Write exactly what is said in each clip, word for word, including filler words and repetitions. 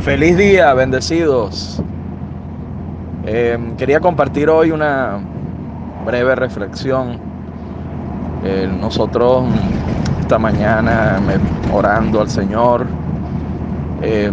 Feliz día, bendecidos. Eh, quería compartir hoy una breve reflexión. Eh, nosotros esta mañana me, orando al Señor, eh,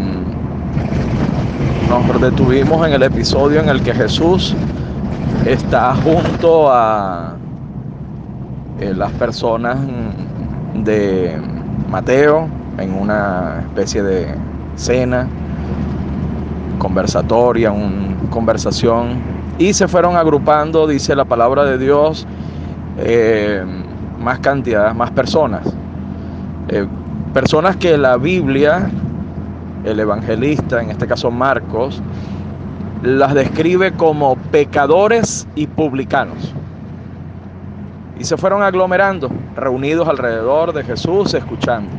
nos detuvimos en el episodio en el que Jesús está junto a eh, las personas de Mateo en una especie de cena conversatoria, una conversación, y se fueron agrupando, dice la palabra de Dios, eh, más cantidad, más personas, eh, personas que la Biblia, el evangelista, en este caso Marcos, las describe como pecadores y publicanos. Y se fueron aglomerando, reunidos alrededor de Jesús, escuchando.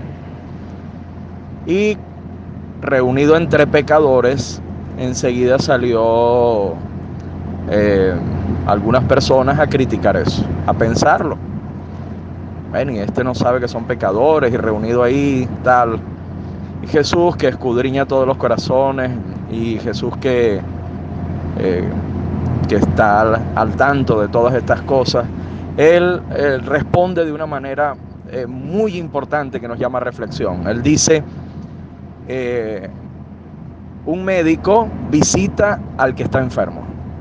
Y reunido entre pecadores, enseguida salió eh, algunas personas a criticar eso, a pensarlo. Bueno, y este no sabe que son pecadores, y reunido ahí, tal. Y Jesús, que escudriña todos los corazones, y Jesús que, eh, que está al, al tanto de todas estas cosas, Él, él responde de una manera eh, muy importante que nos llama a reflexión. Él dice, eh, un médico visita al que está enfermo.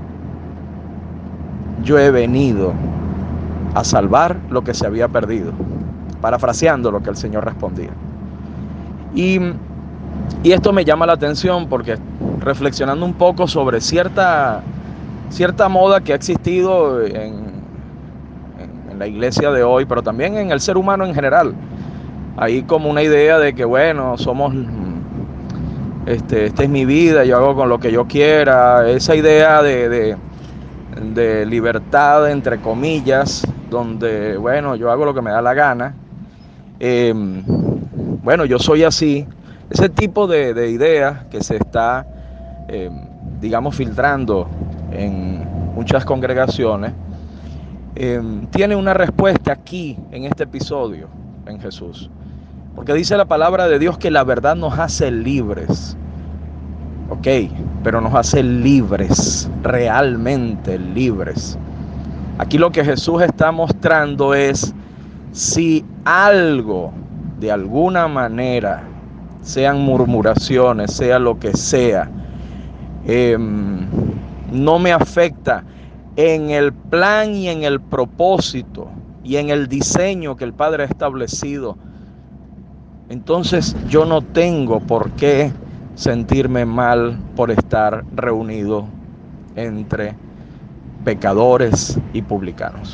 Yo he venido a salvar lo que se había perdido, parafraseando lo que el Señor respondía. Y, y esto me llama la atención porque reflexionando un poco sobre cierta, cierta moda que ha existido en, en, en la iglesia de hoy, pero también en el ser humano en general, hay como una idea de que, bueno, somos... Este, esta es mi vida, yo hago con lo que yo quiera, esa idea de, de, de libertad, entre comillas, donde, bueno, yo hago lo que me da la gana, eh, bueno, yo soy así, ese tipo de, de ideas que se está, eh, digamos, filtrando en muchas congregaciones, eh, tiene una respuesta aquí, en este episodio, en Jesús. Porque dice la palabra de Dios que la verdad nos hace libres. Ok, pero nos hace libres, realmente libres. Aquí lo que Jesús está mostrando es si algo, de alguna manera, sean murmuraciones, sea lo que sea, eh, no me afecta en el plan y en el propósito y en el diseño que el Padre ha establecido, entonces yo no tengo por qué sentirme mal por estar reunido entre pecadores y publicanos.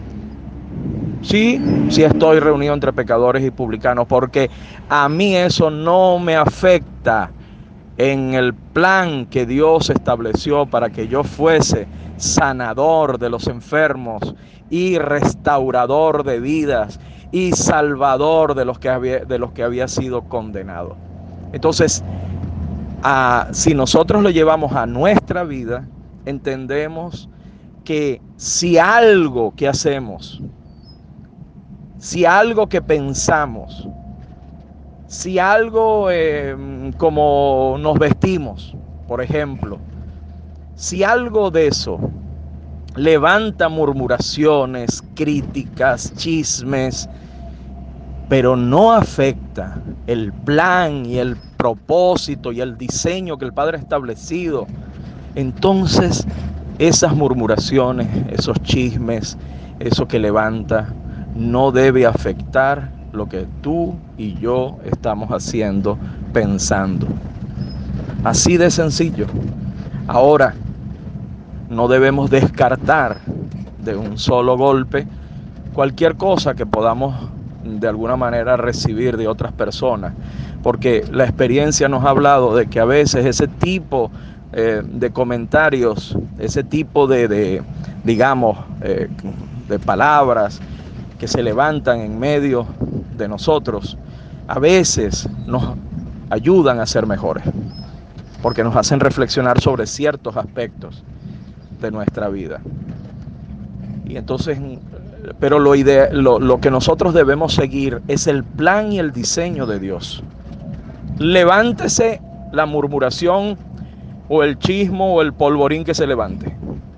Sí, sí estoy reunido entre pecadores y publicanos, porque a mí eso no me afecta en el plan que Dios estableció para que yo fuese sanador de los enfermos y restaurador de vidas y salvador de los que había, de los que había sido condenado. Entonces, a, si nosotros lo llevamos a nuestra vida, entendemos que si algo que hacemos, si algo que pensamos, si algo eh, como nos vestimos, por ejemplo, si algo de eso levanta murmuraciones, críticas, chismes, pero no afecta el plan y el propósito y el diseño que el Padre ha establecido, entonces esas murmuraciones, esos chismes, eso que levanta, no debe afectar lo que tú y yo estamos haciendo, pensando. Así de sencillo. Ahora, no debemos descartar de un solo golpe cualquier cosa que podamos de alguna manera recibir de otras personas, porque la experiencia nos ha hablado de que a veces ese tipo eh, de comentarios, ese tipo de, de digamos, eh, de palabras que se levantan en medio de nosotros, a veces nos ayudan a ser mejores, porque nos hacen reflexionar sobre ciertos aspectos de nuestra vida. Y entonces, pero lo, ide- lo, lo que nosotros debemos seguir es el plan y el diseño de Dios. Levántese la murmuración o el chismo o el polvorín que se levante.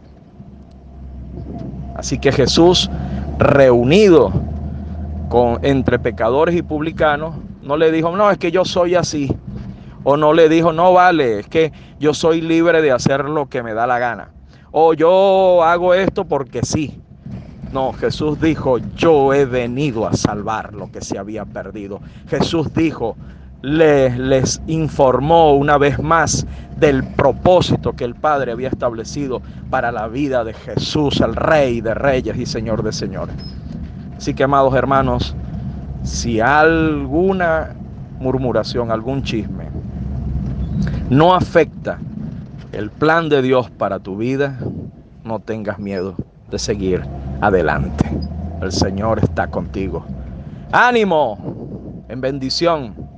Así que Jesús, reunido con, entre pecadores y publicanos, no le dijo, no, es que yo soy así. O no le dijo, no vale, es que yo soy libre de hacer lo que me da la gana. O yo hago esto porque sí. No, Jesús dijo, yo he venido a salvar lo que se había perdido. Jesús dijo, les, les informó una vez más del propósito que el Padre había establecido para la vida de Jesús, el Rey de Reyes y Señor de Señores. Así que, amados hermanos, si alguna murmuración, algún chisme no afecta el plan de Dios para tu vida, no tengas miedo de seguir adelante. El Señor está contigo. ¡Ánimo! En bendición.